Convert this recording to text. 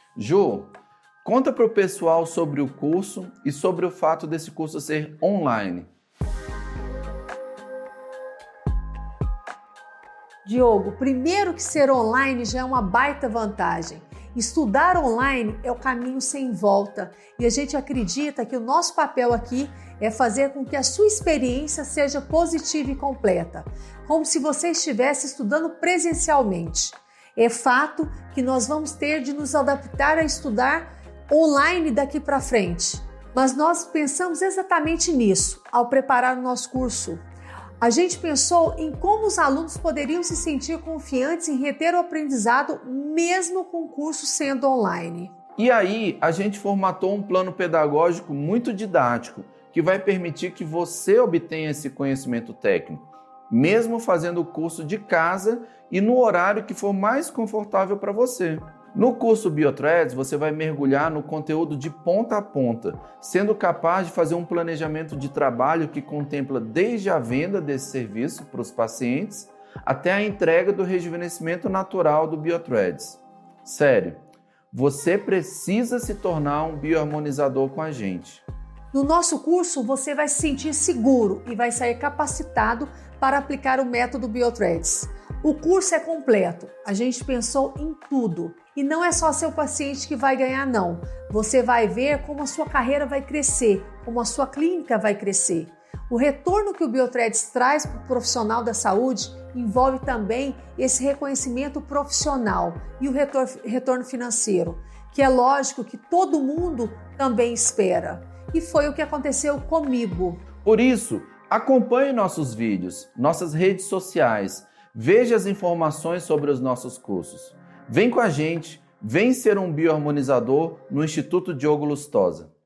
Ju, conta para o pessoal sobre o curso e sobre o fato desse curso ser online. Diogo, primeiro que ser online já é uma baita vantagem. Estudar online é o caminho sem volta e a gente acredita que o nosso papel aqui é fazer com que a sua experiência seja positiva e completa, como se você estivesse estudando presencialmente. É fato que nós vamos ter de nos adaptar a estudar online daqui para frente, mas nós pensamos exatamente nisso ao preparar o nosso curso. A gente pensou em como os alunos poderiam se sentir confiantes em reter o aprendizado mesmo com o curso sendo online. E aí, a gente formatou um plano pedagógico muito didático, que vai permitir que você obtenha esse conhecimento técnico, mesmo fazendo o curso de casa e no horário que for mais confortável para você. No curso BioThreads, você vai mergulhar no conteúdo de ponta a ponta, sendo capaz de fazer um planejamento de trabalho que contempla desde a venda desse serviço para os pacientes até a entrega do rejuvenescimento natural do BioThreads. Sério, você precisa se tornar um bioharmonizador com a gente. No nosso curso, você vai se sentir seguro e vai sair capacitado para aplicar o método BioThreads. O curso é completo, a gente pensou em tudo. E não é só seu paciente que vai ganhar, não. Você vai ver como a sua carreira vai crescer, como a sua clínica vai crescer. O retorno que o BioThreads traz para o profissional da saúde envolve também esse reconhecimento profissional e o retorno financeiro, que é lógico que todo mundo também espera. E foi o que aconteceu comigo. Por isso, acompanhe nossos vídeos, nossas redes sociais, veja as informações sobre os nossos cursos. Vem com a gente, vem ser um bioharmonizador no Instituto Diogo Lustosa.